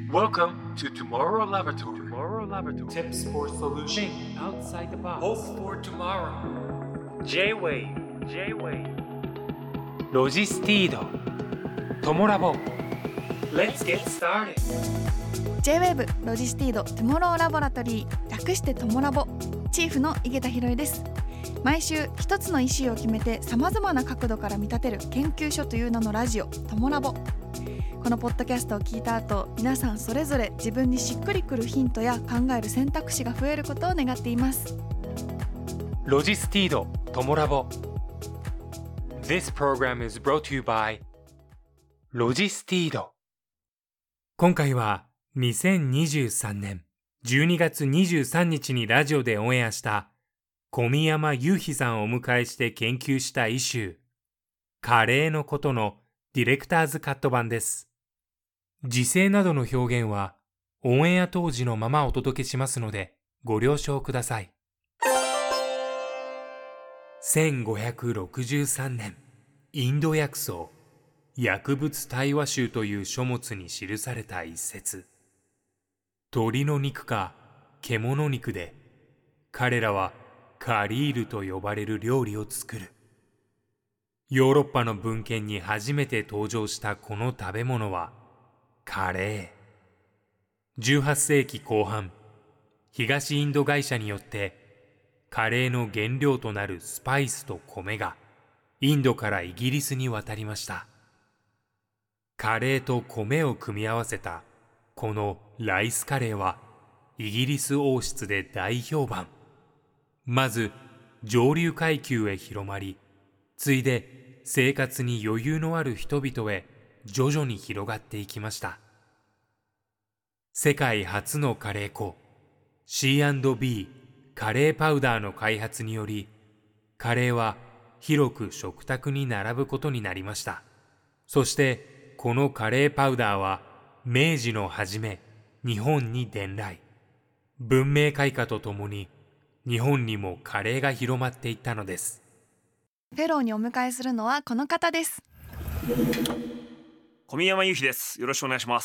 Welcome to Tomorrow Laboratory. Tips for solution outside the box. Hope for tomorrow. J-Way ロジスティードトモラボ Let's get started. J-Wave ロジスティードトゥモローラボラトリー、略してトモラボ、チーフの井桁弘恵です。毎週一つのイシューを決めてさまざまな角度から見立てる研究所という名のラジオトモラボ。このポッドキャストを聞いた後、皆さんそれぞれ自分にしっくりくるヒントや考える選択肢が増えることを願っています。 ロジスティードトモラボ This program is brought to you by ロジスティード。今回は2023年12月23日にラジオでオンエアした小宮山雄飛さんをお迎えして研究したイシュー、カレーのことのディレクターズカット版です。時制などの表現はオンエア当時のままお届けしますのでご了承ください。1563年、インド薬草薬物対話集という書物に記された一節。鳥の肉か獣肉で彼らはカリールと呼ばれる料理を作る。ヨーロッパの文献に初めて登場したこの食べ物はカレー。18世紀後半、東インド会社によってカレーの原料となるスパイスと米がインドからイギリスに渡りました。カレーと米を組み合わせたこのライスカレーはイギリス王室で大評判。まず上流階級へ広まり、ついで生活に余裕のある人々へ徐々に広がっていきました。世界初のカレー粉 C&B カレーパウダーの開発により、カレーは広く食卓に並ぶことになりました。そしてこのカレーパウダーは明治の初め、日本に伝来。文明開化とともに日本にもカレーが広まっていったのです。 フェローにお迎えするのはこの方です。 小宮山雄飛です。よろしくお願いします。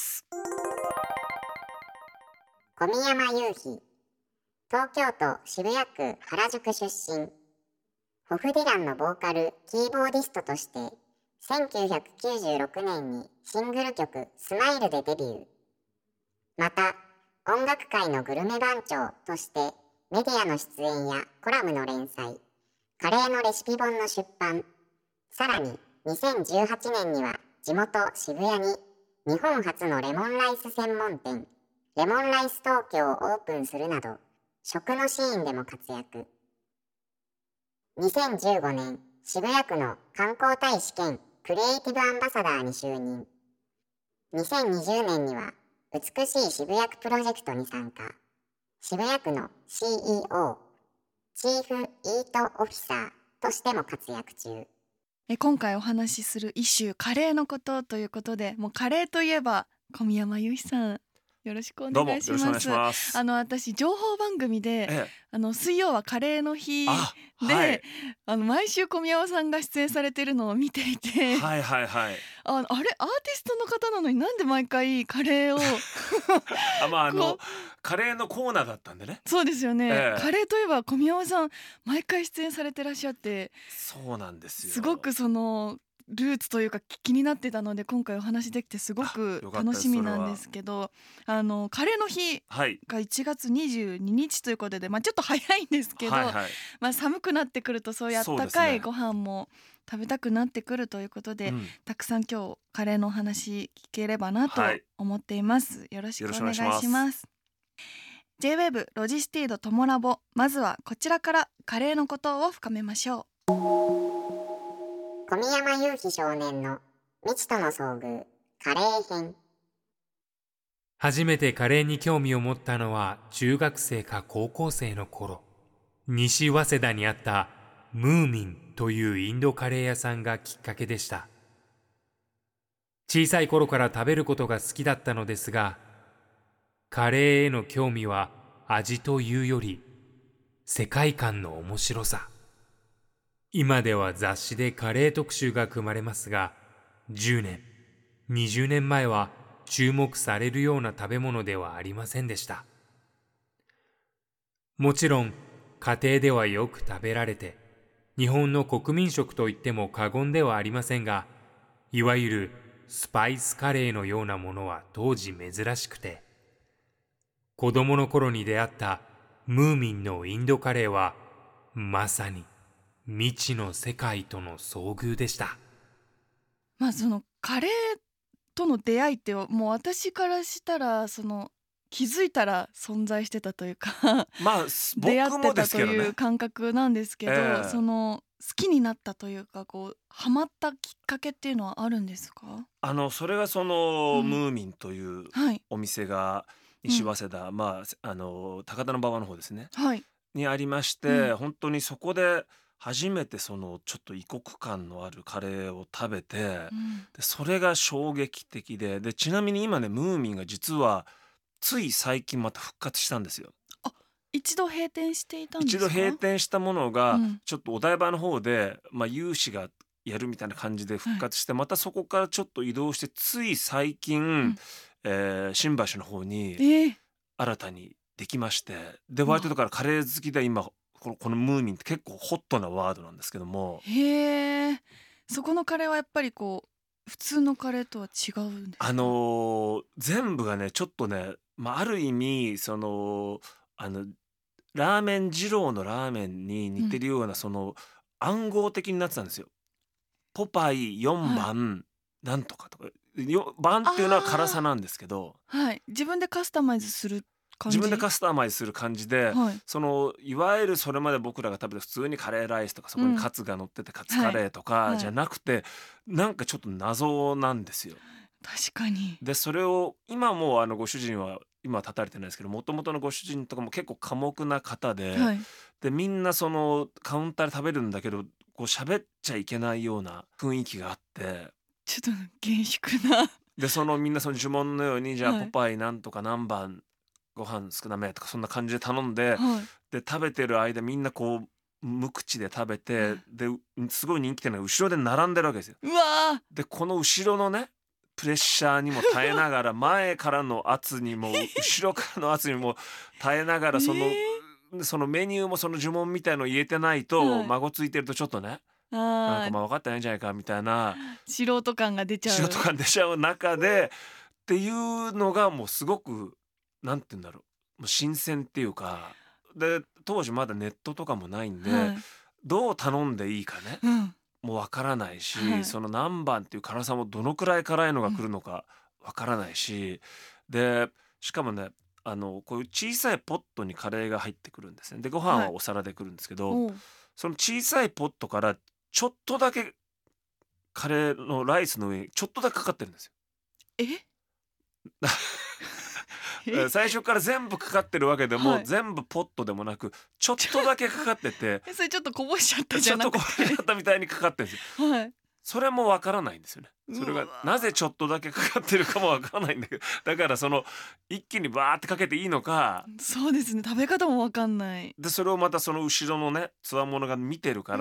小宮山雄飛、東京都渋谷区原宿出身。ホフディランのボーカル・キーボーディストとして1996年にシングル曲「スマイル」でデビュー。また音楽界のグルメ番長としてメディアの出演やコラムの連載、カレーのレシピ本の出版、さらに2018年には地元渋谷に日本初のレモンライス専門店レモンライス東京をオープンするなど食のシーンでも活躍。2015年渋谷区の観光大使兼クリエイティブアンバサダーに就任。2020年には美しい渋谷区プロジェクトに参加。渋谷区の CEO チーフイートオフィサーとしても活躍中。 今回お話しするイシュー、カレーのことということで、もうカレーといえば小宮山雄飛さん、よろしくお願いします。 どうもよろしくお願いします。 私情報番組で、水曜はカレーの日で、 はい、 毎週小宮山さんが出演されているのを見ていて、 はいはいはい、 あれアーティストの方なのになんで毎回カレーをカレーのコーナーだったんでね。 そうですよね、カレーといえば小宮山さん毎回出演されてらっしゃって、 そうなんですよ。 すごくそのルーツというか気になってたので、今回お話できてすごく楽しみなんですけど、カレーの日が1月22日ということで、ちょっと早いんですけど、寒くなってくるとそういうあったかいご飯も食べたくなってくるということで、たくさん今日カレーのお話聞ければなと思っています。よろしくお願いします。J-Wave ロジスティードトモラボ、まずはこちらからカレーのことを深めましょう。 小宮山雄飛少年の未知との遭遇カレー編。 初めてカレーに興味を持ったのは中学生か高校生の頃。西早稲田にあったムーミンというインドカレー屋さんがきっかけでした。小さい頃から食べることが好きだったのですが、カレーへの興味は味というより世界観の面白さ。今では雑誌でカレー特集が組まれますが、10年、20年前は注目されるような食べ物ではありませんでした。もちろん家庭ではよく食べられて、日本の国民食といっても過言ではありませんが、いわゆるスパイスカレーのようなものは当時珍しくて、子供の頃に出会ったムーミンのインドカレーはまさに未知の世界との遭遇でした。 そのカレーとの出会いってもう私からしたら気づいたら存在してたというか出会ってたという感覚なんですけど、好きになったというかハマったきっかけっていうのはあるんですか？ それがムーミンというお店が西早稲田、高田馬場の方ですね、にありまして、本当にそこで初めてちょっと異国感のあるカレーを食べて、でそれが衝撃的で、ちなみに今ねムーミンが実はつい最近また復活したんですよ。 一度閉店していたんですか？ 一度閉店したものが、ちょっとお台場の方で、有志がやるみたいな感じで復活して、またそこからちょっと移動してつい最近、新橋の方に新たにできまして、で割とだからカレー好きで今このムーミンって結構ホットなワードなんですけども。 へえ。そこのカレーはやっぱり普通のカレーとは違うんですか？ 全部がねちょっとね、ある意味ラーメン二郎のラーメンに似てるような、暗号的になってたんですよ。ポパイ4番、なんとかとか番っていうのは辛さなんですけど、 自分でカスタマイズする感じ。 自分でカスタマイズする感じで、いわゆるそれまで僕らが食べた普通にカレーライスとかそこにカツが乗っててカツカレーとかじゃなくて、なんかちょっと謎なんですよ。 確かに。 でそれを今もご主人は今は立たれてないですけど、もともとのご主人とかも結構寡黙な方で、でみんなカウンターで食べるんだけど喋っちゃいけないような雰囲気があって、 ちょっと厳粛なでみんな呪文のようにじゃあポパイなんとか何番ご飯少なめとかそんな感じで頼んで、で食べてる間みんな無口で食べて、ですごい人気店が後ろで並んでるわけですよ。でこの後ろのねプレッシャーにも耐えながら前からの圧にも後ろからの圧にも耐えながらそのメニューもその呪文みたいのを言えてないと、孫ついてるとちょっとねなんか分かってないんじゃないかみたいな素人感が出ちゃう中でっていうのがもうすごくなんて言うんだろう、もう新鮮っていうかで、当時まだネットとかもないんで、どう頼んでいいかね、もう分からないし、その何番っていう辛さもどのくらい辛いのが来るのか分からないし、でしかもねこういう小さいポットにカレーが入ってくるんですね。でご飯はお皿で来るんですけど、その小さいポットからちょっとだけカレーのライスの上にちょっとだけかかってるんですよ。最初から全部かかってるわけでも、全部ポットでもなくちょっとだけかかっててそれちょっとこぼしちゃったじゃなくてちょっとこぼしちゃったみたいにかかってるんですよ。それもわからないんですよね。それがなぜちょっとだけかかってるかもわからないんだけど、だから一気にバーってかけていいのか。 そうですね、食べ方もわかんない。 でそれをまたその後ろのねつわものが見てるから、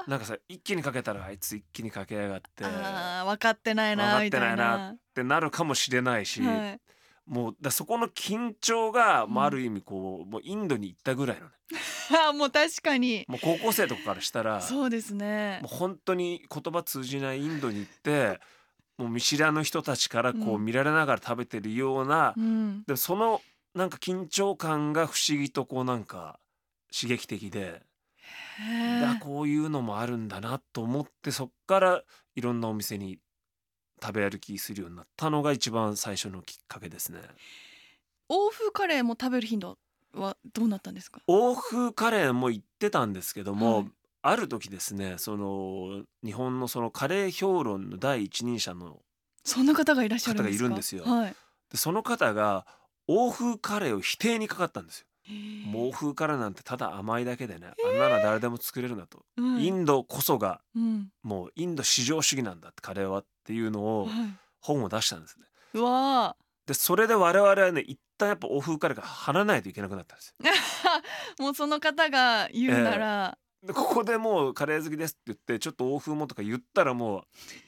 なんかさ一気にかけたらあいつ一気にかけやがって分かってないなみたいなってなるかもしれないし、もうそこの緊張が、ある意味もうインドに行ったぐらいのねもう確かにもう高校生とかからしたらそうですね、 もう本当に言葉通じないインドに行ってもう見知らぬ人たちから見られながら食べてるような、でそのなんか緊張感が不思議となんか刺激的で、こういうのもあるんだなと思って、そっからいろんなお店に食べ歩きするようになったのが一番最初のきっかけですね。 欧風カレーも食べる頻度はどうなったんですか？ 欧風カレーも行ってたんですけども、ある時ですね、日本のカレー評論の第一人者のそんな方がいらっしゃるんですか？ 方がいるんですよ。でその方が欧風カレーを否定にかかったんですよ。もう欧風カレーなんてただ甘いだけでね、あんなのは誰でも作れるんだと、インドこそが、もうインド至上主義なんだってカレーはっていうのを、本を出したんですね。でそれで我々はね一旦やっぱ欧風カレーから離れないといけなくなったんですよ。 もうその方が言うなら、 でここでもうカレー好きですって言ってちょっと欧風もとか言ったらもう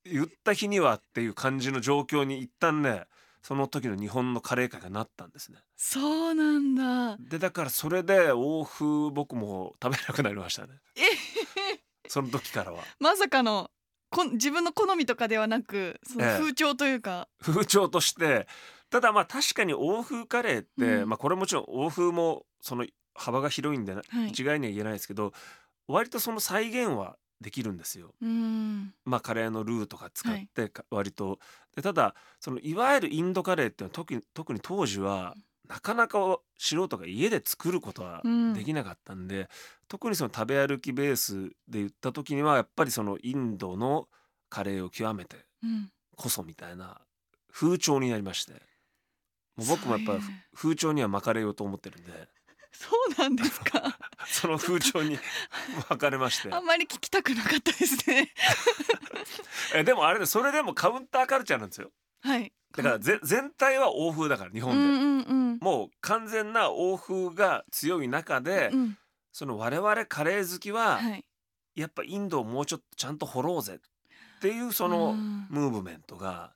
言った日にはっていう感じの状況に一旦ね、その時の日本のカレー界がなったんですね。 そうなんだ。 でだからそれで欧風僕も食べなくなりましたね。その時からはまさかの自分の好みとかではなく、その風潮というか、 風潮として。ただまあ確かに欧風カレーって、まあこれもちろん欧風もその幅が広いんで一概には言えないですけど、割とその再現はできるんですよ。まあカレーのルーとか使って割と、でただそのいわゆるインドカレーっていうのは特に当時はなかなか素人が家で作ることはできなかったんで、特にその食べ歩きベースで言った時にはやっぱりそのインドのカレーを極めてこそみたいな風潮になりまして、もう僕もやっぱ風潮には巻かれようと思ってるんで。 そうなんですか。 その風潮に巻かれまして。 あんまり聞きたくなかったですね。 でもあれでそれでもカウンターカルチャーなんですよ。 はい。 だから全体は欧風だから日本で、もう完全な欧風が強い中で、その我々カレー好きは、やっぱインドをもうちょっとちゃんと掘ろうぜっていうそのムーブメントが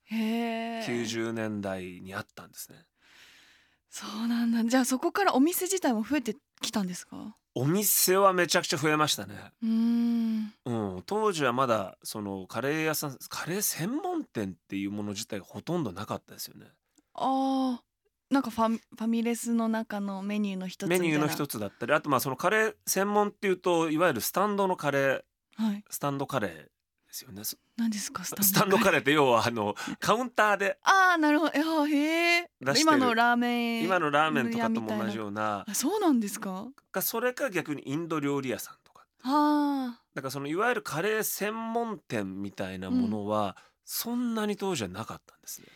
90年代にあったんですね。 そうなんだ。じゃあそこからお店自体も増えてきたんですか？ お店はめちゃくちゃ増えましたね。当時はまだそのカレー屋さん、カレー専門店っていうもの自体がほとんどなかったですよね。 なんかファミレスの中のメニューの一つみたいな。 メニューの一つだったり、あとまあそのカレー専門っていうといわゆるスタンドのカレー、スタンドカレーですよね。 何ですかスタンドカレーって要はカウンターでなるほど。へえ。今のラーメンとかとも同じような。 そうなんですか。 それか逆にインド料理屋さんとか。だからそのいわゆるカレー専門店みたいなものはそんなに当時はなかったんですね。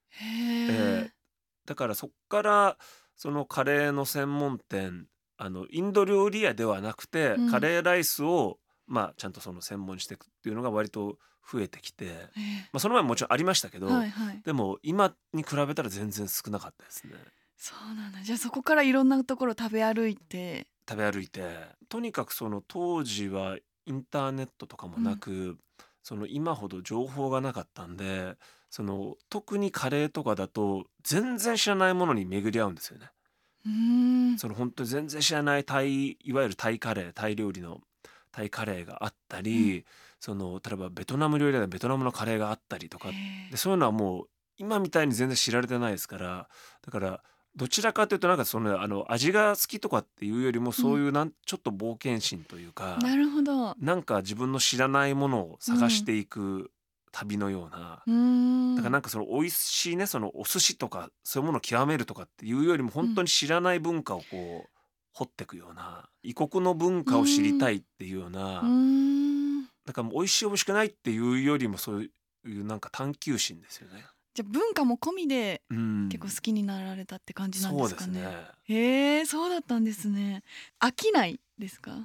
だからそっからそのカレーの専門店、インド料理屋ではなくて、カレーライスをまあちゃんとその専門にしていくっていうのが割と増えてきて、まあその前ももちろんありましたけど、でも今に比べたら全然少なかったですね。 そうなんだ。じゃあそこからいろんなところ食べ歩いて、 とにかくその当時はインターネットとかもなく、その今ほど情報がなかったんで、その特にカレーとかだと全然知らないものに巡り合うんですよね。その本当に全然知らないいわゆるタイカレー、タイ料理のタイカレーがあったり、その例えばベトナム料理でベトナムのカレーがあったりとかで、そういうのはもう今みたいに全然知られてないですから、だからどちらかというとなんかその味が好きとかっていうよりも、そういうちょっと冒険心というか、 なるほど。 なんか自分の知らないものを探していく旅のような、だからなんかその美味しいね、そのお寿司とかそういうものを極めるとかっていうよりも、本当に知らない文化をこう掘っていくような、異国の文化を知りたいっていうような、だからもう美味しい美味しくないっていうよりも、そういうなんか探求心ですよね。 じゃあ文化も込みで結構好きになられたって感じなんですかね。へえ、そうだったんですね。飽きないですか？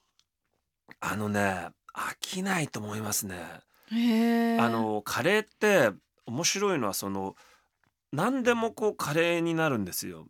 飽きないと思いますね。 へえ。 カレーって面白いのは、その何でもこうカレーになるんですよ。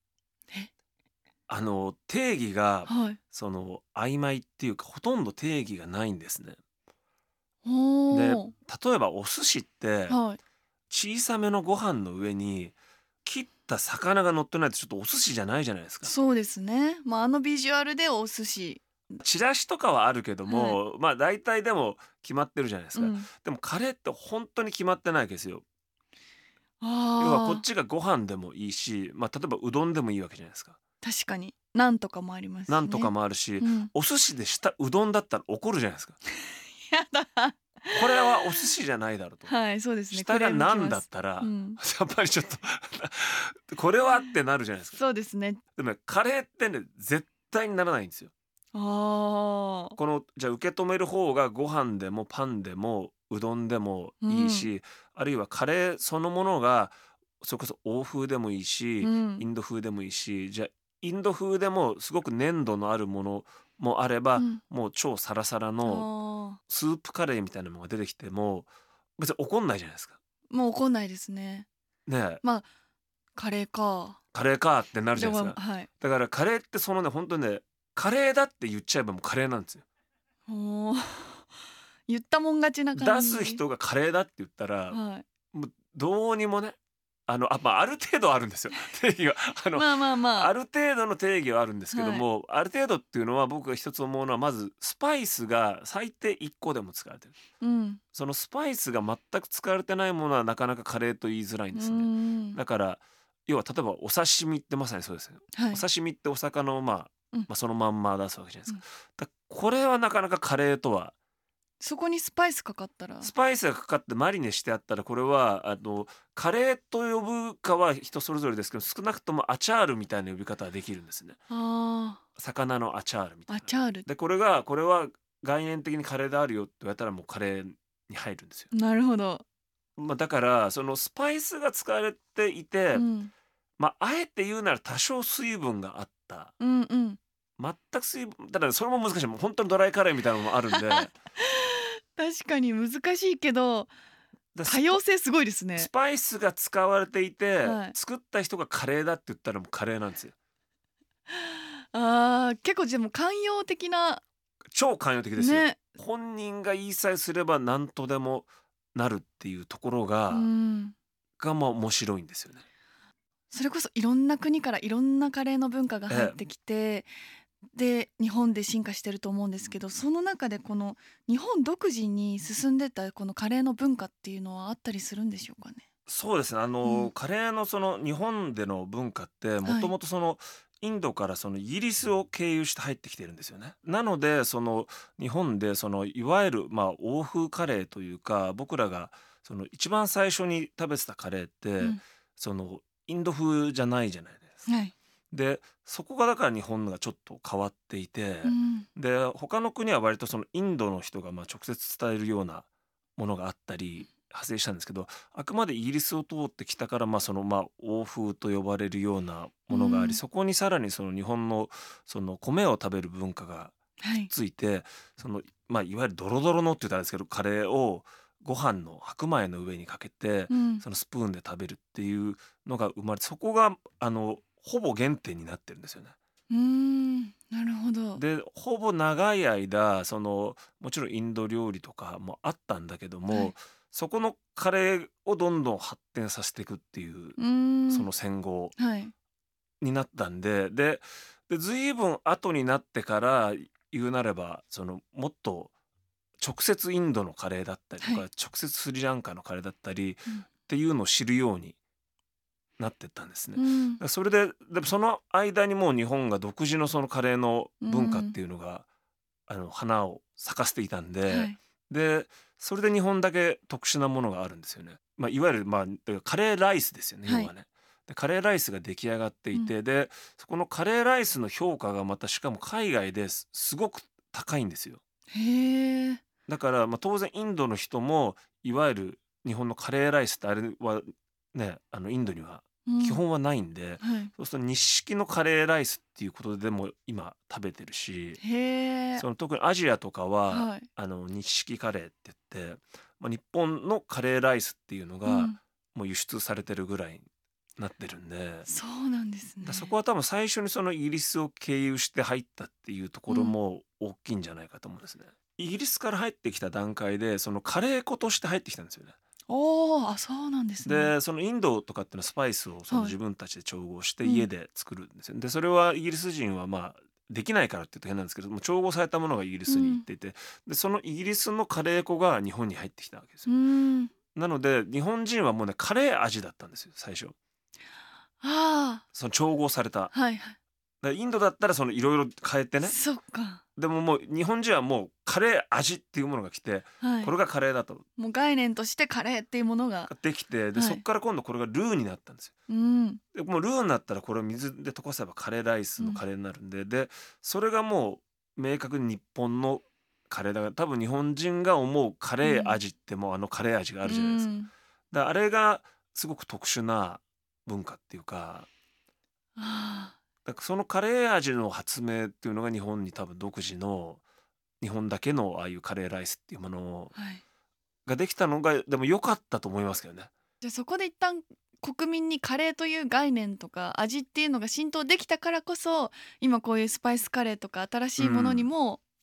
定義が、その曖昧っていうか、ほとんど定義がないんですね。で例えばお寿司って、小さめのご飯の上に切った魚が乗ってないとちょっとお寿司じゃないじゃないですか。 そうですね。まあビジュアルでお寿司、 チラシとかはあるけども、まあ大体でも決まってるじゃないですか。でもカレーって本当に決まってないわけですよ。要はこっちがご飯でもいいし、まあ例えばうどんでもいいわけじゃないですか。 確かになんとかもありますね。 なんとかもあるし、お寿司でうどんだったら怒るじゃないですか。 やだ。 これはお寿司じゃないだろうと。 そうですね。 下がなんだったら、やっぱりちょっとこれはってなるじゃないですか。 そうですね。 でもカレーってね、絶対にならないんですよ。このじゃあ受け止める方がご飯でもパンでもうどんでもいいし、あるいはカレーそのものがそれこそ欧風でもいいし、インド風でもいいし、じゃあインド風でもすごく粘度のあるものもあれば、もう超サラサラのスープカレーみたいなのが出てきても別に怒んないじゃないですか。 もう怒んないですね。まあカレーかってなるじゃないですか。だからカレーってそのね、本当にね、カレーだって言っちゃえばもうカレーなんですよ。 言ったもん勝ちな感じ。 出す人がカレーだって言ったら、 はい、 もうどうにもね、ある程度あるんですよ定義は。 まあまあまあ、 ある程度の定義はあるんですけども、ある程度っていうのは僕が一つ思うのは、まずスパイスが最低1個でも使われてる。 うん、 そのスパイスが全く使われてないものはなかなかカレーと言いづらいんですね。だから要は例えばお刺身ってまさにそうですよ、 はい、 お刺身ってお魚をそのまんま出すわけじゃないですか。 うん、 これはなかなかカレーとは、 そこにスパイスかかったら、 スパイスがかかってマリネしてあったら、これはカレーと呼ぶかは人それぞれですけど、少なくともアチャールみたいな呼び方はできるんですね。魚のアチャールみたいな。 アチャールでこれは概念的にカレーであるよって言われたらもうカレーに入るんですよ。 なるほど、 だからそのスパイスが使われていて、 うん、 あえて言うなら多少水分があった、 うんうん、 全く水分ただそれも難しい、もう本当にドライカレーみたいなのもあるんで確かに難しいけど多様性すごいですね。 スパイスが使われていて、 はい、 作った人がカレーだって言ったらもうカレーなんですよ。 結構でも寛容的な、 超寛容的ですよ、 ね、 本人が言いさえすれば何とでもなるっていうところが、面白いんですよね。 それこそいろんな国からいろんなカレーの文化が入ってきて、で日本で進化してると思うんですけど、その中でこの日本独自に進んでたこのカレーの文化っていうのはあったりするんでしょうかね。 そうですね、カレーのその日本での文化ってもともとその、インドからそのイギリスを経由して入ってきてるんですよね。なのでその日本でそのいわゆる欧風カレーというか、僕らがその一番最初に食べてたカレーって、そのインド風じゃないじゃないですか。でそこがだから日本がちょっと変わっていて、で他の国は割とそのインドの人が直接伝えるようなものがあったり派生したんですけど、あくまでイギリスを通ってきたからその欧風と呼ばれるようなものがあり、そこにさらにその日本のその米を食べる文化がついて、そのいわゆるドロドロのって言ったらあれですけど、カレーをご飯の白米の上にかけて、そのスプーンで食べるっていうのが生まれて、そこがほぼ原点になってるんですよね。 なるほど。 でほぼ長い間そのもちろんインド料理とかもあったんだけども、そこのカレーをどんどん発展させていくっていうその戦後になったんで、で随分後になってから言うなれば、そのもっと直接インドのカレーだったりとか、直接スリランカのカレーだったりっていうのを知るようになってったんですね。それでもその間にもう日本が独自のそのカレーの文化っていうのが、花を咲かせていたんで、でそれで日本だけ特殊なものがあるんですよね。いわゆるカレーライスですよね、要はね。でカレーライスが出来上がっていて、でそこのカレーライスの評価がまたしかも海外ですごく高いんですよ。だから当然インドの人もいわゆる日本のカレーライスってあれはね、インドには基本はないんで、そうすると日式のカレーライスっていうことでも今食べてるし、その特にアジアとかは、日式カレーって言って、日本のカレーライスっていうのが、もう輸出されてるぐらいになってるんで、 そうなんですね。 そこは多分最初にそのイギリスを経由して入ったっていうところも大きいんじゃないかと思うんですね。イギリスから入ってきた段階でそのカレー粉として入ってきたんですよね。 そうなんですね。 でそのインドとかっていうのはスパイスをその自分たちで調合して家で作るんですよ。でそれはイギリス人はできないからって言うと変なんですけども、調合されたものがイギリスに行っていて、でそのイギリスのカレー粉が日本に入ってきたわけですよ。なので日本人はもうねカレー味だったんですよ最初。その調合された。インドだったらそのいろいろ変えてね。 そっか。 でももう日本人はもうカレー味っていうものが来て、これがカレーだともう概念としてカレーっていうものができて、でそこから今度これがルーになったんですよ。でもうルーになったらこれを水で溶かせばカレーライスのカレーになるんで、でそれがもう明確に日本のカレーだから、多分日本人が思うカレー味ってもうカレー味があるじゃないですか。だあれがすごく特殊な文化っていうか、だからそのカレー味の発明っていうのが日本に多分独自の日本だけのああいうカレーライスっていうものができたのがでも良かったと思いますけどね。 じゃあそこで一旦国民にカレーという概念とか味っていうのが浸透できたからこそ、今こういうスパイスカレーとか新しいものにも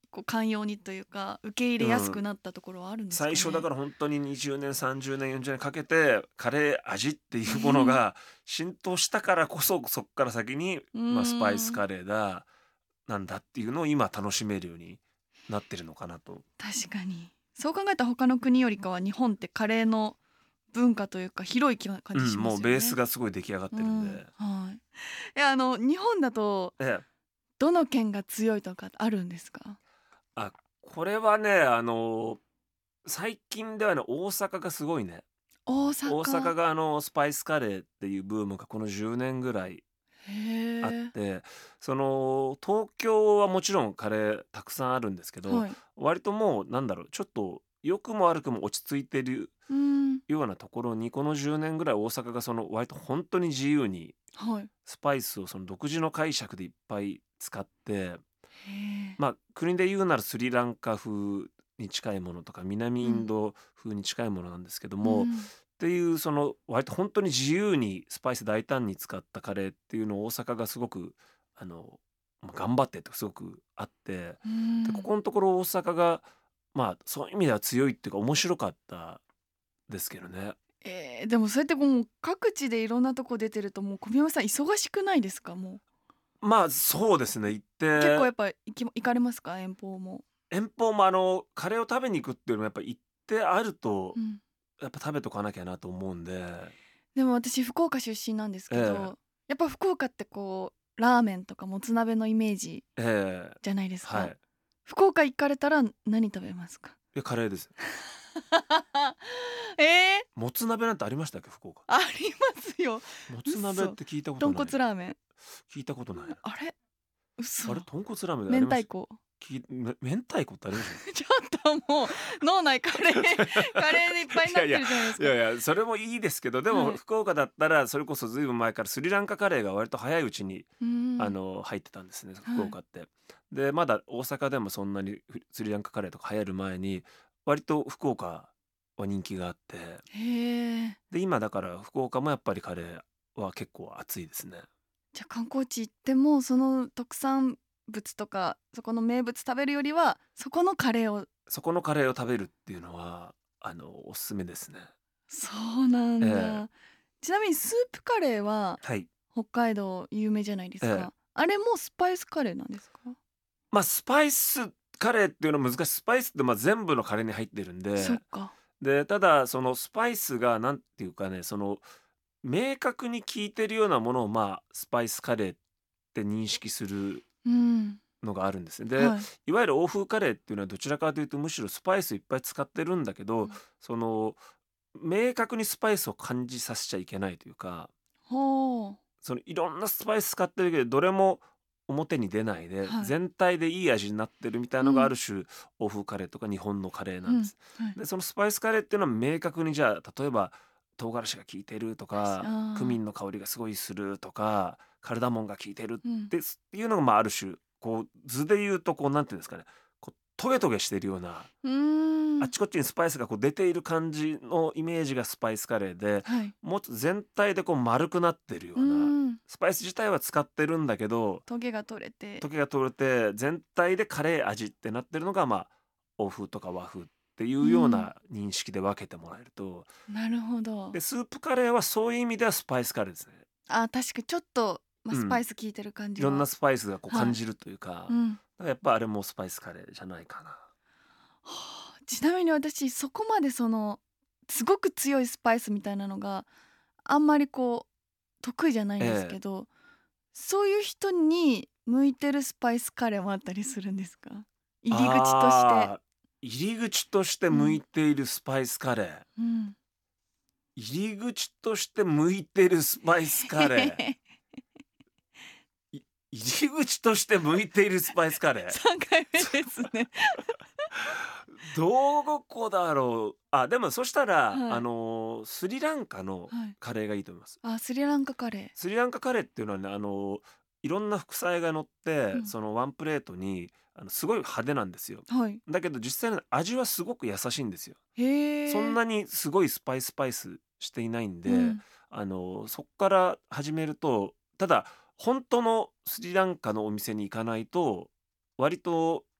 こう寛容にというか受け入れやすくなったところはあるんですかね。 最初だから本当に20年30年40年かけてカレー味っていうものが浸透したからこそ、そこから先に、スパイスカレーだなんだっていうのを今楽しめるようになってるのかなと。 確かにそう考えたら他の国よりかは日本ってカレーの文化というか広い感じしますよね。 もうベースがすごい出来上がってるんで、 はい。日本だとどの県が強いとかあるんですか？ これはね最近ではね大阪がすごいね。 大阪がスパイスカレーっていうブームがこの10年ぐらいあって、その東京はもちろんカレーたくさんあるんですけど、割ともうちょっと良くも悪くも落ち着いてるようなところにこの10年ぐらい大阪がその割と本当に自由にスパイスをその独自の解釈でいっぱい使って、国で言うならスリランカ風に近いものとか南インド風に近いものなんですけども、っていうその割と本当に自由にスパイス大胆に使ったカレーっていうのを大阪がすごく頑張ってってすごくあって、でここのところ大阪がそういう意味では強いっていうか面白かったですけどね。 でもそうやってもう各地でいろんなとこ出てるともう小宮山さん忙しくないですか？もうそうですね。行って結構やっぱ行かれますか？遠方もカレーを食べに行くっていうのもやっぱ行ってあると、やっぱ食べとかなきゃなと思うんで。 でも私福岡出身なんですけど、やっぱ福岡ってこうラーメンとかもつ鍋のイメージじゃないですか。福岡行かれたら何食べますか？ カレーです。もつ鍋なんてありましたっけ福岡？ ありますよ。 もつ鍋って聞いたことない。 豚骨ラーメン聞いたことない。 あれ嘘。 豚骨ラーメンであります？ 明太子明太子ってありますちょっともう脳内カレーでいっぱいになってるじゃないですか。 いやそれもいいですけど、でも福岡だったらそれこそずいぶん前からスリランカカレーが割と早いうちに入ってたんですね福岡って。でまだ大阪でもそんなにスリランカカレーとか流行る前に割と福岡は人気があって、で今だから福岡もやっぱりカレーは結構熱いですね。 じゃあ観光地行ってもその特産物とかそこの名物食べるよりはそこのカレーを食べるっていうのはおすすめですね。 そうなんだ。ちなみにスープカレーは北海道有名じゃないですか。あれもスパイスカレーなんですか？ スパイスカレーっていうのは難しい。スパイスって全部のカレーに入ってるんで、ただそのスパイスがなんていうかね、その明確に効いてるようなものをスパイスカレーって認識するのがあるんですね。で、いわゆる欧風カレーっていうのはどちらかというとむしろスパイスいっぱい使ってるんだけど、その明確にスパイスを感じさせちゃいけないというか、そのいろんなスパイス使ってるけどどれも表に出ないで、全体でいい味になってるみたいのがある種欧風カレーとか日本のカレーなんです。でそのスパイスカレーっていうのは明確にじゃあ例えば唐辛子が効いてるとかクミンの香りがすごいするとかカルダモンが効いてるっていうのがある種こう図で言うとなんていうんですかね、こうトゲトゲしてるようなあっちこっちにスパイスが出ている感じのイメージがスパイスカレーで、もっと全体で丸くなってるようなスパイス自体は使ってるんだけどトゲが取れて全体でカレー味ってなってるのが欧風とか和風っていうような認識で分けてもらえると、 なるほど。 でスープカレーはそういう意味ではスパイスカレーですね。 確かにちょっと、スパイス効いてる感じいろんなスパイスが感じるというか、だからやっぱあれもスパイスカレーじゃないかな。 ちなみに私そこまですごく強いスパイスみたいなのがあんまり得意じゃないんですけど、そういう人に向いてるスパイスカレーもあったりするんですか？入り口として向いているスパイスカレー、入り口として向いているスパイスカレー入り口として向いているスパイスカレー 3回目ですねどこだろう。でもそしたら、スリランカのカレーがいいと思います。 スリランカカレー。 スリランカカレーっていうのはね、いろんな副菜が乗って、そのワンプレートにすごい派手なんですよ。だけど実際の味はすごく優しいんですよ。そんなにすごいスパイスしていないんで、そっから始めると、ただ本当のスリランカのお店に行かないと割と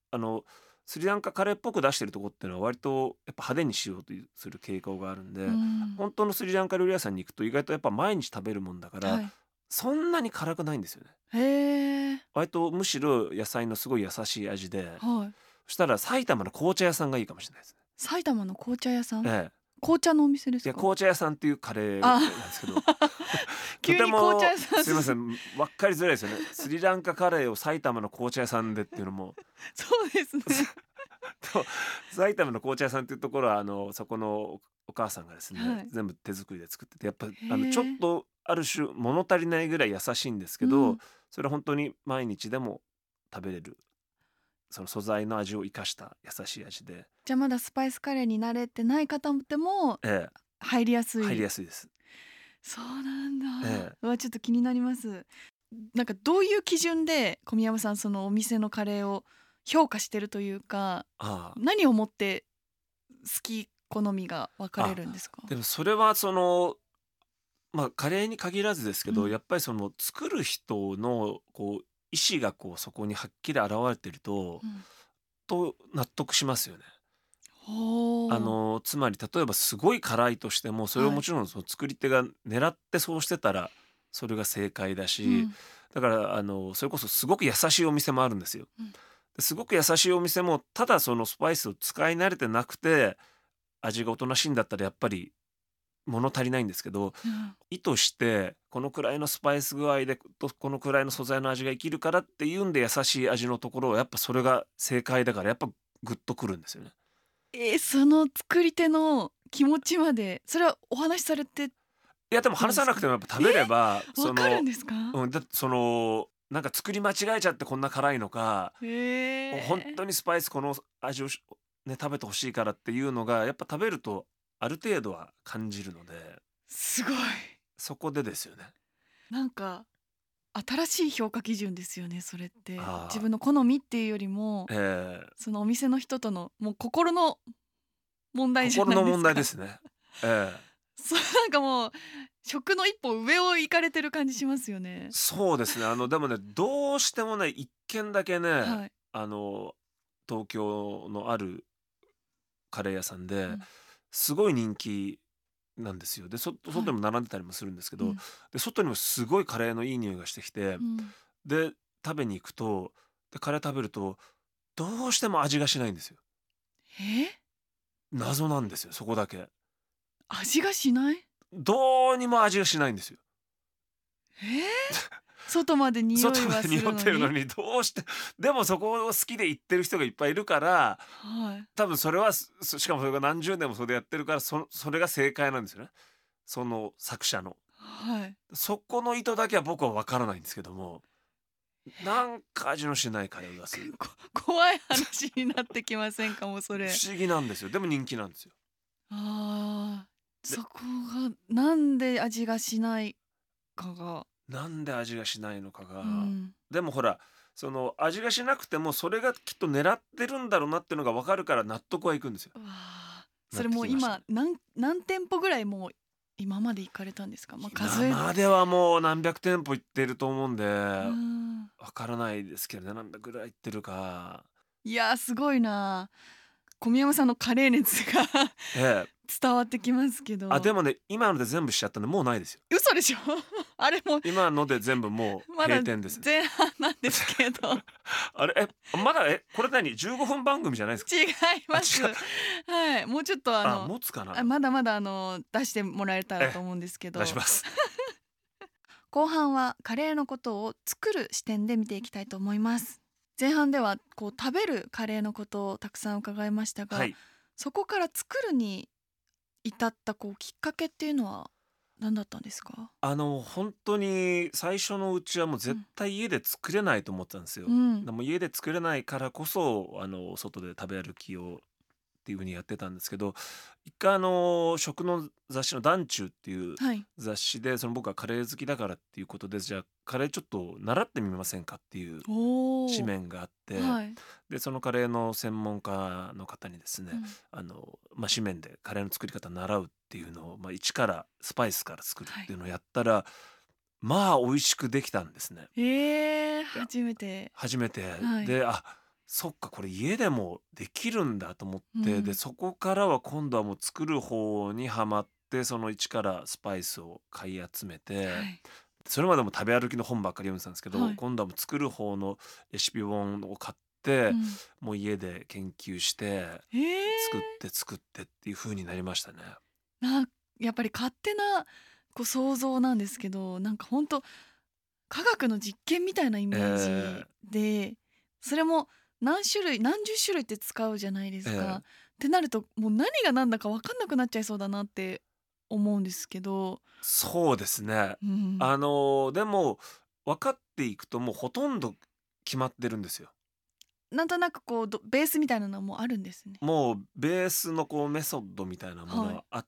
スリランカカレーっぽく出してるとこっていうのは割とやっぱ派手にしようとする傾向があるんで、本当のスリランカ料理屋さんに行くと意外とやっぱ毎日食べるもんだから、はい、そんなに辛くないんですよね。 へー。 割とむしろ野菜のすごい優しい味で、はい、そしたら埼玉の紅茶屋さんがいいかもしれないですね。 埼玉の紅茶屋さん、 ええ、 紅茶のお店ですか？ いや紅茶屋さんっていうカレーなんですけど急に紅茶屋さん、 すいません、分かりづらいですよね。スリランカカレーを埼玉の紅茶屋さんでっていうのもそうですね埼玉の紅茶屋さんっていうところはそこのお母さんがですね、はい、全部手作りで作ってて、やっぱちょっとある種物足りないぐらい優しいんですけど、それは本当に毎日でも食べれる、その素材の味を生かした優しい味で。 じゃあまだスパイスカレーに慣れてない方でも入りやすい、 入りやすいです。 そうなんだ、ちょっと気になります。なんかどういう基準で小宮山さんそのお店のカレーを評価してるというか、何をもって好き好みが分かれるんですか？ でもそれはカレーに限らずですけど、やっぱりその作る人のこう意思がこうそこにはっきり現れてると、と納得しますよね。つまり例えばすごい辛いとしても、それをもちろんその作り手が狙ってそうしてたらそれが正解だし、だからそれこそすごく優しいお店もあるんですよ。すごく優しいお店もただそのスパイスを使い慣れてなくて味がおとなしいんだったらやっぱり物足りないんですけど、意図してこのくらいのスパイス具合でこのくらいの素材の味が生きるからっていうんで優しい味のところはやっぱそれが正解だから、やっぱグッとくるんですよね。 その作り手の気持ちまでそれはお話しされて？いやでも話さなくてもやっぱ食べればわかるんですか？ なんか作り間違えちゃってこんな辛いのか、本当にスパイスこの味をね食べてほしいからっていうのがやっぱ食べるとある程度は感じるので、 すごい、 そこでですよね。 なんか新しい評価基準ですよねそれって。自分の好みっていうよりも、そのお店の人とのもう心の問題じゃないですか。 心の問題ですね。 そうなんかもう食の一歩上を行かれてる感じしますよね。 そうですね。でもねどうしてもね一軒だけね、東京のあるカレー屋さんで、すごい人気なんですよ。で外にも並んでたりもするんですけど、で外にもすごいカレーのいい匂いがしてきて、で食べに行くとでカレー食べるとどうしても味がしないんですよ。謎なんですよそこだけ。 味がしない？ どうにも味がしないんですよ。 外まで匂いはするのに。 外まで匂ってるのにどうして。でもそこを好きで行ってる人がいっぱいいるから、多分それはしかもそれが何十年もそれでやってるから、それが正解なんですよね、その作者の。そこの意図だけは僕は分からないんですけども、なんか味のしないカレーがする怖い話になってきませんか？もうそれ不思議なんですよ。でも人気なんですよ。 そこがなんで味がしないかが、 なんで味がしないのかが、でもほらその味がしなくてもそれがきっと狙ってるんだろうなっていうのが分かるから納得はいくんですよ。 それもう今何店舗ぐらいもう今まで行かれたんですか？ 今まではもう何百店舗行ってると思うんで分からないですけどね、何百ぐらい行ってるか。 いやすごいな。小宮山さんのカレー熱が伝わってきますけど。 でもね今ので全部しちゃったんでもうないですよ。 嘘でしょあれも今ので全部もう閉店です、 前半なんですけどあれまだこれ何15分番組じゃないですか？ 違います。はい、もうちょっと持つかな。 まだまだ出してもらえたらと思うんですけど。 出します後半はカレーのことを作る視点で見ていきたいと思います。前半ではこう食べるカレーのことをたくさん伺いましたが、そこから作るに至ったきっかけっていうのは何だったんですか？ 本当に最初のうちはもう絶対家で作れないと思ってたんですよ。でも家で作れないからこそ外で食べ歩きをっていう風にやってたんですけど、一回食の雑誌の団中っていう雑誌で、僕はカレー好きだからっていうことで、じゃあカレーちょっと習ってみませんかっていう紙面があって、でそのカレーの専門家の方にですね、紙面でカレーの作り方習うっていうのを、一からスパイスから作るっていうのをやったら、美味しくできたんですね。 初めて、 でそっかこれ家でもできるんだと思って、でそこからは今度はもう作る方にはまって、その一からスパイスを買い集めて、 はい。 それまでも食べ歩きの本ばっかり読んでたんですけど、 はい。 今度はもう作る方のレシピ本を買って、 うん。 もう家で研究してへ作っえ。 て作ってっていう風になりましたね。 なやっぱり勝手な想像なんですけど、なんかほんと科学の実験みたいなイメージえで、それも何種類何十種類って使うじゃないでえすか。 ええってなると、もう何が何だか分かんなくなっちゃいそうだなって思うんですけど。 そうですね。 うん。 でも分かっていくともうほとんど決まってるんですよ。 なんとなくベースみたいなのもあるんですね。 もうベースのこうメソッドみたいなものはい。 はあって、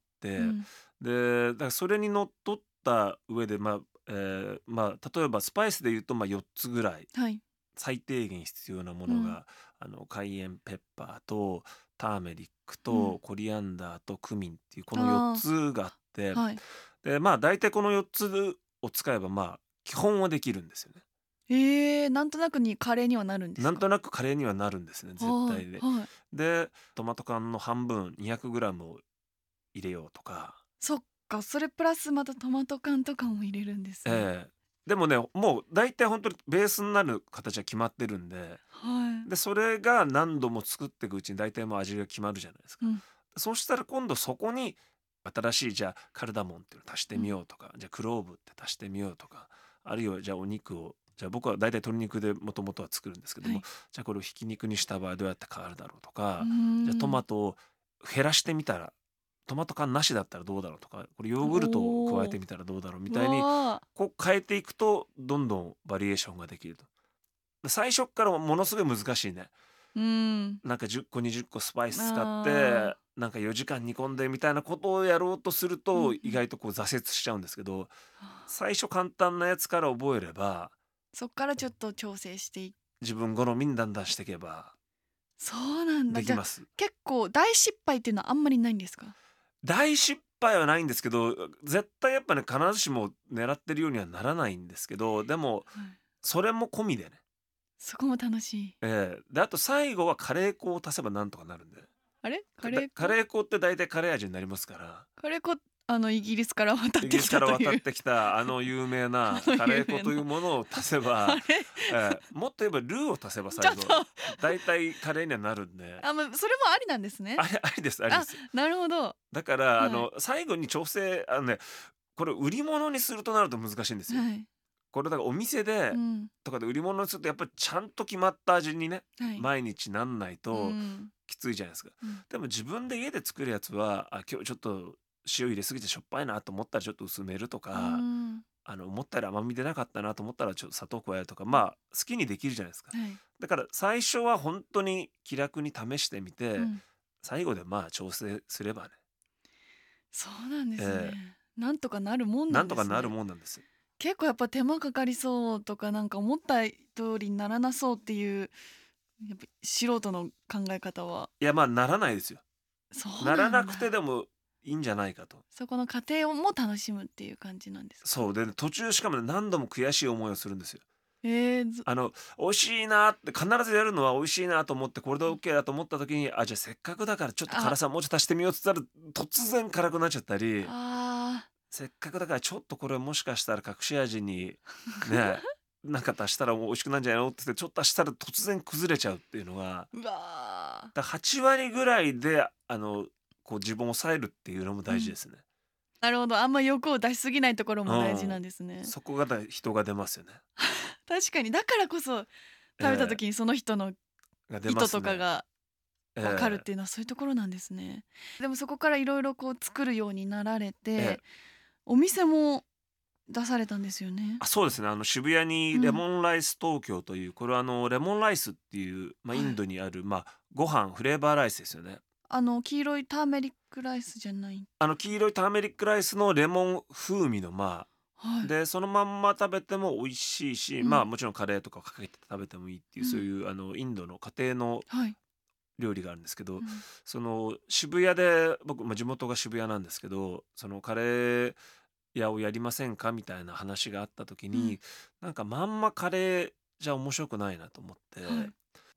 うん。 で、だからそれにのっとった上で、例えばスパイスで言うと、4つぐらいはい。 最低限必要なもうん。 のが、カイエンペッパーとターメリックうん。 とコリアンダーとクミンっていうこの4 あつがあって、 あ、はい。 で、大体この4つを使えば、基本はできるんですよね。 なんとなくにカレーにはなるんですか？ なんとなくカレーにはなるんですね、絶はい、 対で。 はい。 で、トマト缶の半分 200g を入れようとか。 そっか、それプラスまたトマト缶とかも入れるんですね。 ええ。でもね、もう大体本当にベースになる形は決まってるんで、 はい。 で、それが何度も作っていくうちに大体もう味が決まるじゃないですか。 うん、 そしたら今度そこに新しいじゃあカルダモンっていうのを足してうん。 みようとか、じゃあクローブって足してみようとか、あるいはじゃあお肉を、じゃあ僕は大体鶏肉でもともとは作るんですけども、 はい。 じゃあこれをひき肉にした場合どうやって変わるだろうとうーか、じゃあトマん。 トを減らしてみたら、トマト缶なしだったらどうだろうとか、これヨーグルトを加えおお。 てみたらどうだろうみうたいにわ。 こう変えていくとどんどんバリエーションができると。最初っからものすごい難しいね。 うーん。 なんか10個20個スパイス使ってああ。 なんか4時間煮込んでみたいなことをやろうとすると意うんうん。 外とこう挫折しちゃうんですけど、 はあ。 最初簡単なやつから覚えればそっからちょっと調整して自分好みにだんだんしていけばそうなんだ。じゃあ、 できます。 結構大失敗っていうのはあんまりないんですか？ 大失敗はないんですけど、絶対やっぱね必ずしも狙ってるようにはならないんですけど、でもはい。 それも込みでね、 そこも楽しい。 であと最後はカレー粉を足せばなんとかなるんで。 あれ？カレー粉？ カレー粉って大体カレー味になりますから、 カレー粉、イギリスから渡ってきイギリスからたという渡ってきたあの有名なカレー粉という有名な。 ものを足せば、 あれ？ もっと言えばルーを足せばちょっと、 最後大体カレーにはなるんで、 それもありなんですね。 ありですありであ、 す。 なるほど。 だからはい。 最後に調整これ売り物にするとなると難しいんですよ。 はい。 これだからお店でうん。 とかで売り物にするとやっぱりちゃんと決まった味にねはい。 毎日なんないうとん。 きついじゃないですか。 うん。 でも自分で家で作るやつは今日ちょっと塩入れすぎてしょっぱいなと思ったらちょっと薄めるとうーか、 ん。 思ったより甘み出なかったなと思ったらちょっと砂糖加えるとか、 うん。 好きにできるじゃないですか。 はい。 だから最初は本当に気楽に試してみて、 うん。 最後で調整すればね、 そうなんですえね。なんとかなるもんななんとかなるんですね。 もんなんです。 結構やっぱ手間かかりそうとか、なんか思った通りにならなそうっていう、やっぱ素人の考え方は。 いやならないですよ。 そうならなくてなんだ。 でもいいんじゃないかと。 そこの過程をも楽しむっていう感じなんですか？ そうで、途中しかもね何度も悔しい思いをするんですよ。 ず美味しいなって必ずやるのは美味しいなと思ってこれで OK だと思った時にじゃあせっかくだからちょっとあ、 辛さもうちょっと足してみようっつったら突然辛くなっちゃったり、 あせっかくだからちょっとこれもしかしたら隠し味にねなんか足したら美味しくなるんじゃないのって言ってちょっと足したら突然崩れちゃうっていうのが、 うわだから8割ぐらいでこう自分を抑えるっていうのもー。うん。 大事ですね。 なるほど、あんま欲を出しすぎないところうも大事なん。 んですね。 そこが人が出ますよね。 確かに、だからこそ食べたえ時にその人のが出意図ますね。 とかが分かるっえていうのはそういうところなんですね。でもそこからいろいろ作るようになられて、 ええお店も出されたんですよね？ そうですね。渋谷にレうん。 モンライス東京という、これはレモンライスっていう、インはい。 ドにある、ご飯、フレーバーライスですよね。 黄色いターメリックライスじゃない。 黄色いターメリックライスのレモン風味の、 はい。 で、そのまんま食べても美味しいし、 うん。 もちろんカレーとかかけて食べてもいいっていう、そううん。 いう、インドの家庭のはい。 料理があるんですけど、 うん。 その渋谷で、僕、地元が渋谷なんですけど、そのカレー屋をやりませんかみたいな話があった時うん。 に、なんかまんまカレーじゃ面白くないなと思って、 はい。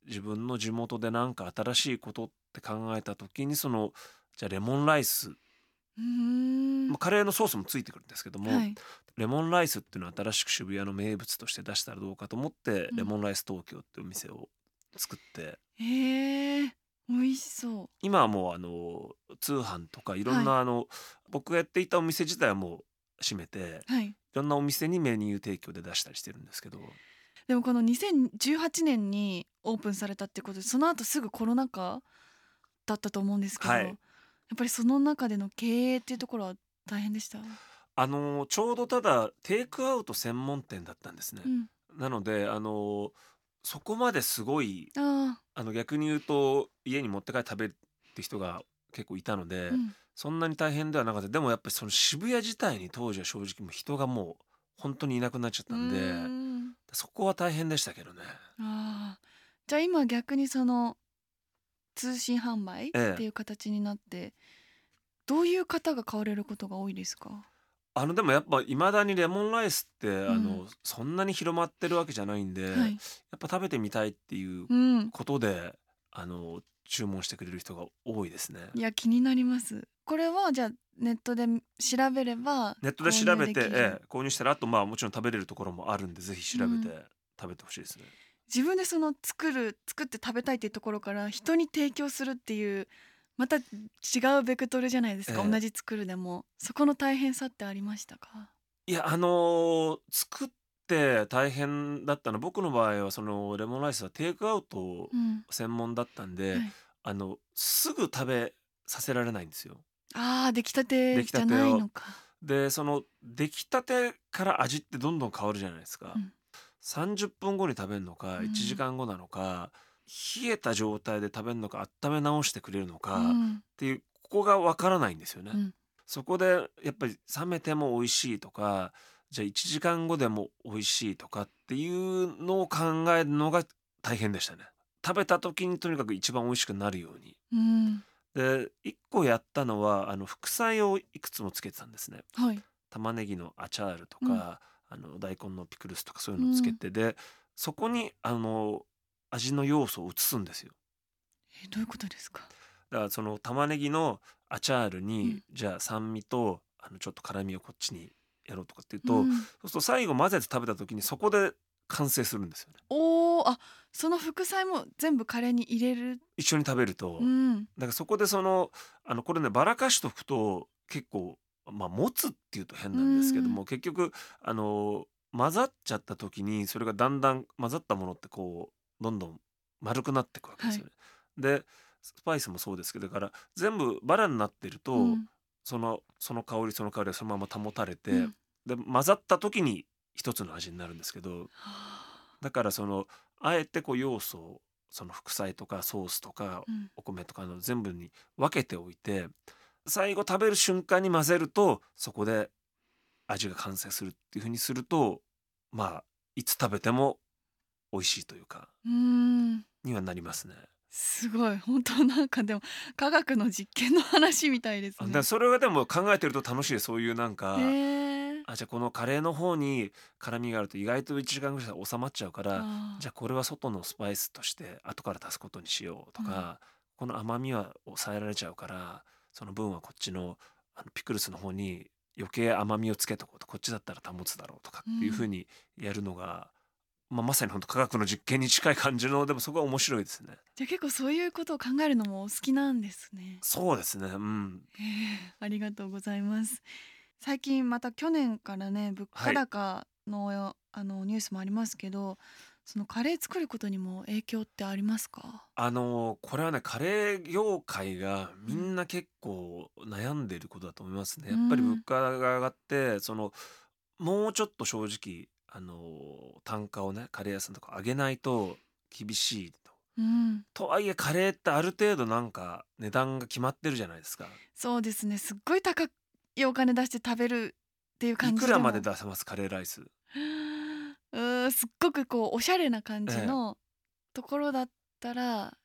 自分の地元でなんか新しいことって考えた時にじゃあレモンライス、カレーのソースもついてくるんですけども、はい、レモンライスっていうのを新しく渋谷の名物として出したらどうかと思って、レモンライス東京っていうお店を作って、 美味しそう。 今はもう通販とかいろんな、僕がやっていたお店自体はもう閉めて、いろんなお店にメニュー提供で出したりしてるんですけど。 でもこの2018年にオープンされたってことで、その後すぐコロナ禍だったと思うんですけど、やっぱりその中での経営っていうところは大変でした？ ちょうどただテイクアウト専門店だったんですね、なのでそこまですごい逆に言うと家に持って帰って食べるって人が結構いたので、そんなに大変ではなかった。でもやっぱりその渋谷自体に当時は正直もう人がもう本当にいなくなっちゃったんで、そこは大変でしたけどね。 じゃあ今逆にその通信販売っていう形になって、どういう方が買われることが多いですか？ でもやっぱいまだにレモンライスって、そんなに広まってるわけじゃないんで、やっぱ食べてみたいっていうことで、注文してくれる人が多いですね。 いや気になります。これはじゃあネットで調べればネットで調べて、購入したら、あともちろん食べれるところもあるんで、ぜひ調べて食べてほしいですね。 自分で作って食べたいっていうところから人に提供するっていうまた違うベクトルじゃないですか、同じ作るでも。そこの大変さってありましたか？ いや作って大変だったの、僕の場合はそのレモンライスはテイクアウト専門だったんで、すぐ食べさせられないんですよ。 出来たてじゃないのか。 でその出来たてから味ってどんどん変わるじゃないですか、30分後に食べるのか1時間後なのか、冷えた状態で食べるのか温め直してくれるのかっていう、ここがわからないんですよね、そこでやっぱり冷めても美味しいとか、じゃあ1時間後でも美味しいとかっていうのを考えるのが大変でしたね。食べた時にとにかく一番美味しくなるように、で1個やったのは副菜をいくつもつけてたんですね、玉ねぎのアチャールとか、大根のピクルスとかそういうのをつけて、でそこに味の要素を移すんですよ。 どういうことですか？ だからその玉ねぎのアチャールに、じゃあ酸味とちょっと辛みをこっちにやろうとかっていうと、そうすると最後混ぜて食べた時にそこで完成するんですよね。 その副菜も全部カレーに入れる、 一緒に食べると、だからそこでこれねばらかしとくと結構持つっていうと変なんですけども、結局混ざっちゃった時にそれがだんだん混ざったものってこうどんどん丸くなっていくわけですよね、でスパイスもそうですけど、だから全部バラになってると、その香りはそのまま保たれて、で混ざった時に一つの味になるんですけど、だからあえて要素をその副菜とかソースとかお米とかの全部に分けておいて、最後食べる瞬間に混ぜるとそこで味が完成するっていう風にすると、いつ食べても美味しいというかにはなりますね。 すごい、本当なんかでも科学の実験の話みたいですね。 それがでも考えてると楽しいです。そういうなんか、じゃあこのカレーの方に辛みがあると意外と1時間ぐらいで収まっちゃうから、じゃあこれは外のスパイスとして後から足すことにしようとか、この甘みは抑えられちゃうからその分はこっちのピクルスの方に余計甘みをつけとこうと、こっちだったら保つだろうとかっていう風にやるのが、まさに本当科学の実験に近い感じの、でもそこは面白いですね。 じゃあ結構そういうことを考えるのもお好きなんですね。 そうですね、 ありがとうございます。最近また去年からね物価高の、ニュースもありますけど、そのカレー作ることにも影響ってありますか？ これはねカレー業界がみんな結構悩んでいることだと思いますね。やっぱり物価が上がってもうちょっと正直単価をねカレー屋さんとか上げないと厳しいと、とはいえカレーってある程度なんか値段が決まってるじゃないですか。 そうですね、すっごい高いお金出して食べるっていう感じでも。 いくらまで出せますカレーライス？ すっごくおしゃれな感じのところだったら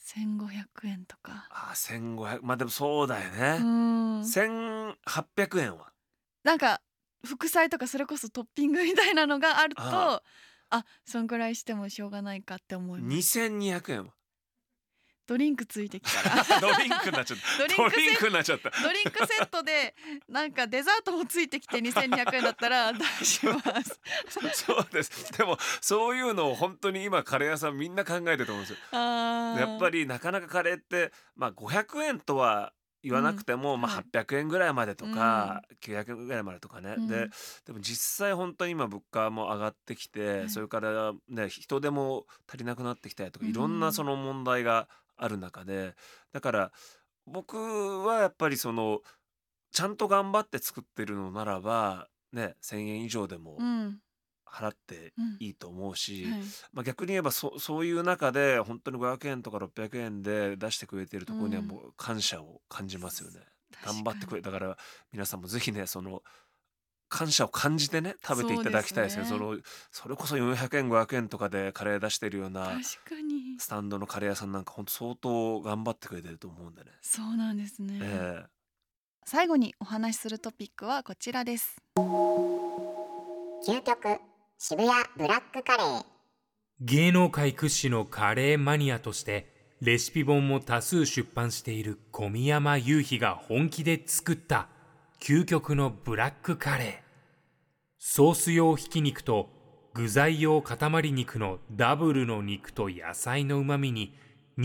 1500円とか。 1500、でもそうだよね。1800円はなんか副菜とかそれこそトッピングみたいなのがあるとそんぐらいしてもしょうがないかって思います。 2200円はドリンクついてきたらドリンクになっちゃったドリンクセドリンクになっちゃったドリンクセットでなんかデザートもついてきて2200円だったら出しますそうです。でもそういうのを本当に今カレー屋さんみんな考えてると思うんですよ。やっぱりなかなかカレーって500円とは言わなくても、 はい 800円ぐらいまでとか、900円ぐらいまでとかね、 うんでも実際本当に今物価も上がってきて、 はいそれからね人手も足りなくなってきたりとか、 うんいろんなその問題がある中で、だから僕はやっぱりそのちゃんと頑張って作ってるのならばね、1,000円以上でもうん払ってうんいいと思うし、 はい逆に言えばそういう中で本当に500円とか600円で出してくれてるところにはうんもう感謝を感じますよね。 確かに頑張ってくれだから皆さんもぜひねその感謝を感じてね食べていただきたいですね。 そうですねそれこそ400円500円とかでカレー出してるような確かにスタンドのカレー屋さんなんか本当相当頑張ってくれてると思うんでね。 そうなんですね、 ええ最後にお話しするトピックはこちらです。 究極渋谷ブラックカレー。 芸能界屈指のカレーマニアとしてレシピ本も多数出版している小宮山雄飛が本気で作った究極のブラックカレー。ソース用ひき肉と具材用塊肉のダブルの肉と野菜のうまみに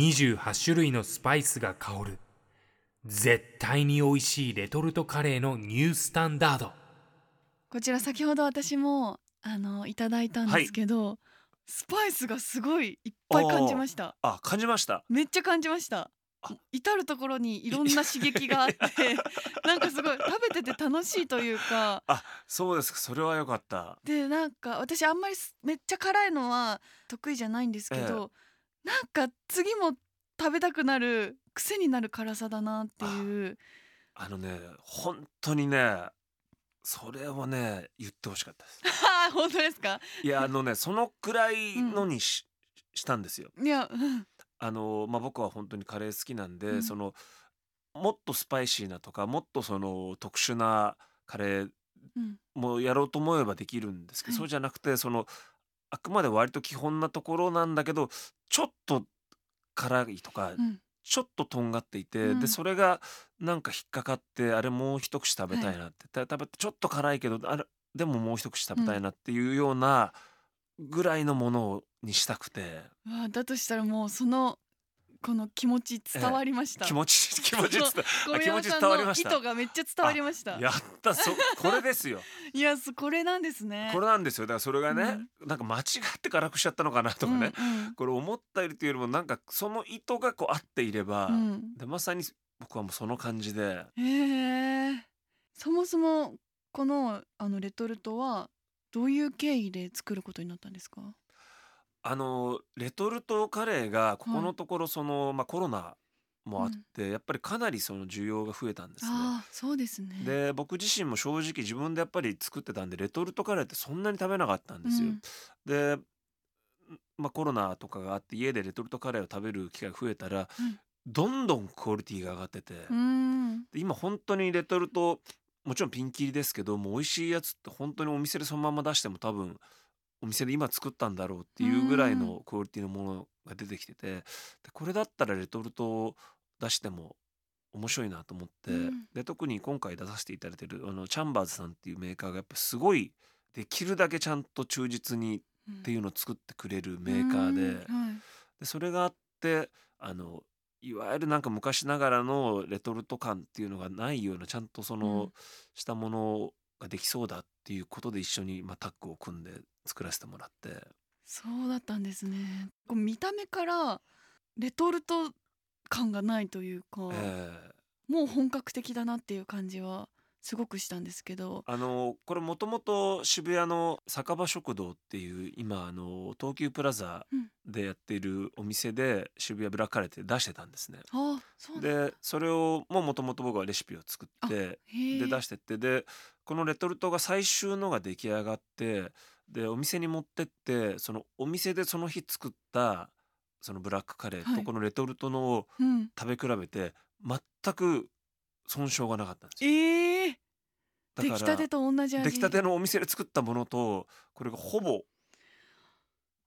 28種類のスパイスが香る絶対に美味しいレトルトカレーのニュースタンダード。 こちら先ほど私もいただいたんですけど、スパイスがすごいいっぱい感じました。 感じました。 めっちゃ感じました。至る所にいろんな刺激があってなんかすごい食べてて楽しいというか、 そうですか。それは良かった。 でなんか私あんまりめっちゃ辛いのは得意じゃないんですけど、なんか次も食べたくなる癖になる辛さだなっていう。 本当にねそれをね言ってほしかったです。 本当ですか？ いやそのくらいのにしたんですよ。 いや、 僕は本当にカレー好きなんで、 うんそのもっとスパイシーなとかもっとその特殊なカレーうんもやろうと思えばできるんですけど、 はいそうじゃなくてそのあくまで割と基本なところなんだけど、ちょっと辛いとかうんちょっととんがっていて、 うんでそれがなんか引っかかって、あれもう一口食べたいなって、食べてちょっと辛いけどあれでももう一口食べたいなっていうようなぐらいのものにしたくて、 だとしたらもうこの気持ち伝わりました。 気持ち小気宮持ちさんの意伝わりました。 図がめっちゃ伝わりました。 やったこれですよ。 いやこれなんですね。 これなんですよ。だからそれがね、なんか間違って辛くしちゃったのかなとかね、これ思ったよりというよりもなんかその意図がこう合っていれば、でまさに僕はもうその感じで。 へえ。そもそもこのレトルトはどういう経緯で作ることになったんですか？ レトルトカレーがここのところその、コロナもあって、やっぱりかなりその需要が増えたんですね。 そうですね。 で僕自身も正直自分でやっぱり作ってたんでレトルトカレーってそんなに食べなかったんですよ。で、コロナとかがあって家でレトルトカレーを食べる機会が増えたら、どんどんクオリティが上がってて、で今本当にレトルトもちろんピンキリですけどもう美味しいやつって本当にお店でそのまま出しても多分お店で今作ったんだろうっていうぐらいのクオリティのものが出てきてて、でこれだったらレトルトを出しても面白いなと思って、で特に今回出させていただいてるチャンバーズさんっていうメーカーがやっぱすごいできるだけちゃんと忠実にっていうのを作ってくれるメーカーで、でそれがあっていわゆるなんか昔ながらのレトルト感っていうのがないようなちゃんとそのしたものができそうだっていうことで一緒にタッグを組んで作らせてもらって。 そうだったんですね。こう見た目からレトルト感がないというか、もう本格的だなっていう感じはすごくしたんですけど、 これもともと渋谷の酒場食堂っていう今東急プラザでやっているお店で渋谷ブラックカレーって出してたんですね。でそれをもともと僕はレシピを作ってで出してって、でこのレトルトが最終のが出来上がって、でお店に持ってってそのお店でその日作ったそのブラックカレーとこのレトルトのを食べ比べて全く損傷がなかったんですよ。だから出来たてと同じ味。 出来たてのお店で作ったものとこれがほぼ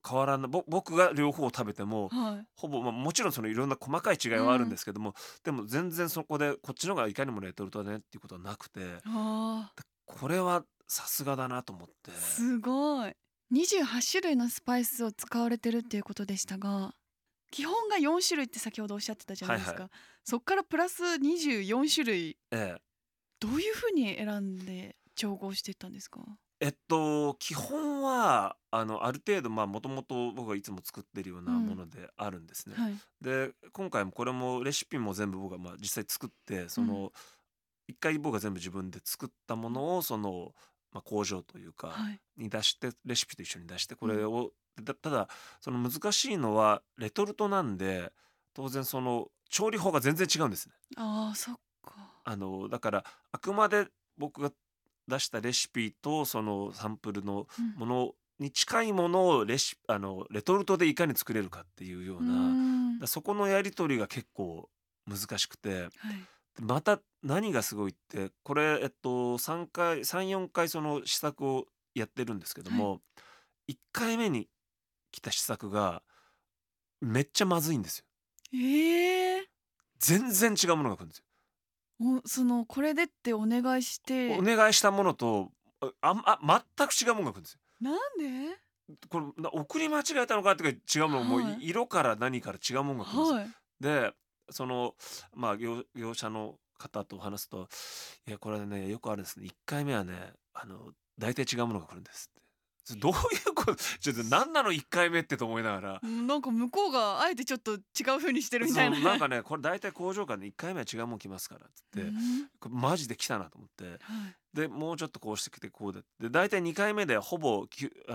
変わらない。僕が両方を食べてもはい。 ほぼ、もちろんそのいろんな細かい違いはあるんですけども、でも全然そこでこっちの方がいかにもレトルトだねっていうことはなくて、 ああ、 これはさすがだなと思って。 すごい。28種類のスパイスを使われてるっていうことでしたが、基本が4種類って先ほどおっしゃってたじゃないですか。 はいはい。 そっからプラス24種類、 ええ。 どういうふうに選んで調合していったんですか？ 基本はある程度もともと僕がいつも作ってるようなものであるんですね。 はい。 で今回もこれもレシピも全部僕が実際作って、 うん一回僕が全部自分で作ったものを工場というかはい。 に出して、レシピと一緒に出してこうんれを、ただその難しいのはレトルトなんで、当然その調理法が全然違うんですね。 ああ、そっか。 だからあくまで僕が出したレシピとそのサンプルのうんものに近いものをレトルトでいかに作れるかっていうようーうな、 ん。 そこのやり取りが結構難しくて、 はい。 また何がすごいってこれ、3回34回その試作をやってるんですけどはい。 も、1回目に来た試作がめっちゃまずいんですよ。 ええ。 全然違うものが来るんですよ。 これでってお願いしおて、 願いしたものと全く違うものが来るんですよ。 なんで？ これ送り間違えたのかっていうか、違うもの、もうはい。 色から何から違うものが来るんですよ。 はい。 でその業者の方と話すと「いやこれねよくあるんですね、1回目はね大体違うものが来るんです」って。それどういうことちょっと何なの1回目ってと思いながら、 なんか向こうがあえてちょっと違う風にしてるみたいな。 なんかねこれ大体工場からね1回目は違うもん来ますからっつって、 うん。 これマジで来たなと思って。 はい。 でもうちょっとこうしてきてこうで大体2回目でほぼ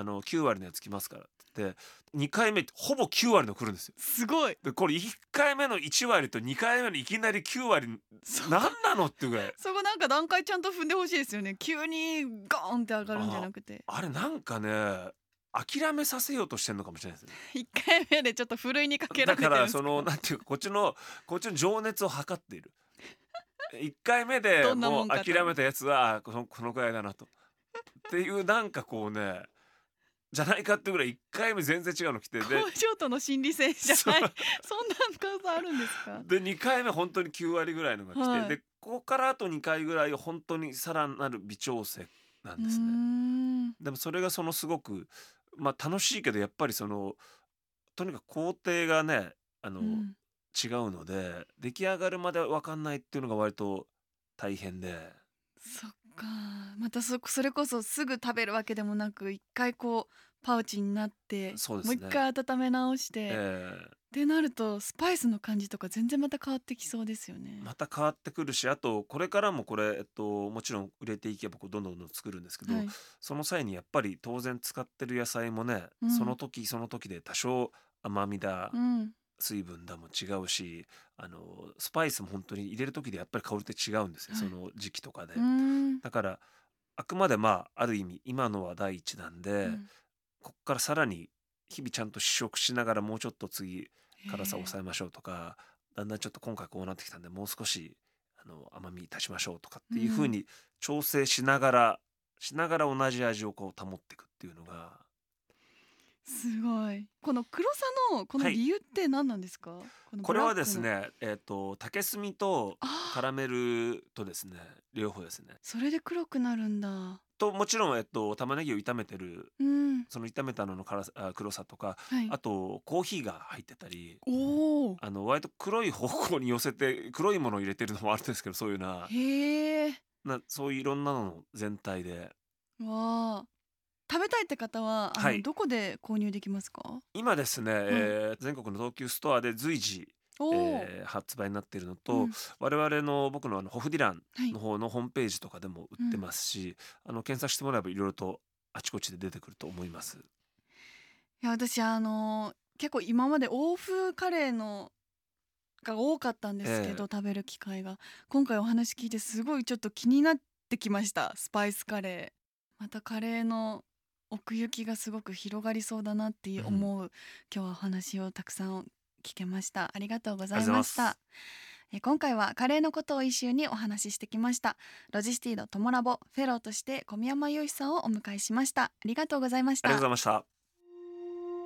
9割のやつ来ますからって言って2回目ほぼ9割の来るんですよ。 すごい。 でこれ1回目の1割と2回目のいきなり9割、 そ何なのっていうぐらい。 そこなんか段階ちゃんと踏んでほしいですよね。急にガーンって上がるんじゃなくて。 あれなんかね諦めさせようとしてんのかもしれないですね。 1回目でちょっとふるいにかけらだかれてるんですか？ らなんていうかこっちの情熱を測っている。1回目でどんなもうもんかと。 諦めたやつはこのくらいだなと。っていうなんかこうねじゃないかってぐらい1回目全然違うの来て、 工場との心理戦じゃそうない。そんなことあるんですか？ で2回目本当に9割ぐらいのが来て、 はい。 でここからあと2回ぐらい本当にさらなる微調整なうーんですね。 ん。 でもそれがすごく楽しいけど、やっぱりとにかく工程がねうん。 違うので出来上がるまで分かんないっていうのが割と大変で。 そっか。またそれこそすぐ食べるわけでもなく、一回こうパウチになって、もう一そうですね。 回温め直して、 ええってなるとスパイスの感じとか全然また変わってきそうですよね。 また変わってくるし、あとこれからもこれ、もちろん売れていけばこうどんどん作るんですけど、 はい。 その際にやっぱり当然使ってる野菜もね、そのうん。 時その時で多少甘みだうん。 水分だも違うし、スパイスも本当に入れる時でやっぱり香りって違うんですよ、 はい。 その時期とかで。 うーん。 だからあくまである意味今のは第一弾で、 うん。 こっからさらに日々ちゃんと試食しながらもうちょっと次へ辛さをえ。 抑えましょうとか、だんだんちょっと今回こうなってきたんでもう少し甘み足しましょうとかっていう風うん。 に調整しながら同じ味をこう保っていくっていうのが。 すごい。この黒さのこのはい、 理由って何なんですか？このブこれはでラックの。 すね竹炭とああ、 カラメルとですね両方ですね。 それで黒くなるんだ。 ともちろん玉ねぎを炒めてるうん。 その炒めたのの黒さとか、 はい。 あとコーヒーが入ってたり、 おお。 割と黒い方向に寄せて黒いものを入れてるのもあるんですけど、そういうへえ。 そういういろんなのの全体で。 わあ。食べたいって方ははい、 どこで購入できますか？ 今ですね、 はい。 全国の東急ストアで随時、 おお。 発売になっているのと、 うん。 僕のホフディランはい。 の方のホームページとかでも売ってうん。 ますし、検索してもらえばいろいろとあちこちで出てくると思います。 いや、私結構今まで欧風カレーのが多かったんですけど、 え食べる機会が。今回お話聞いてすごいちょっと気になってきました。スパイスカレー。またカレーの奥行きがすごく広がりそうだなってうん、 思う、今日はお話をたくさん聞けました。ありがとうございありがとうございました。 ます。 今回はカレーのことを一周にお話ししてきました。ロジスティードトモラボフェローとして小宮山雄飛さんをお迎えしました。ありがとうございましありがとうごた。 ざいました。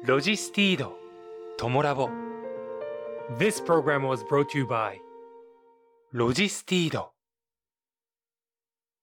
ロジスティードトモラボ This program was brought to you by ロジスティード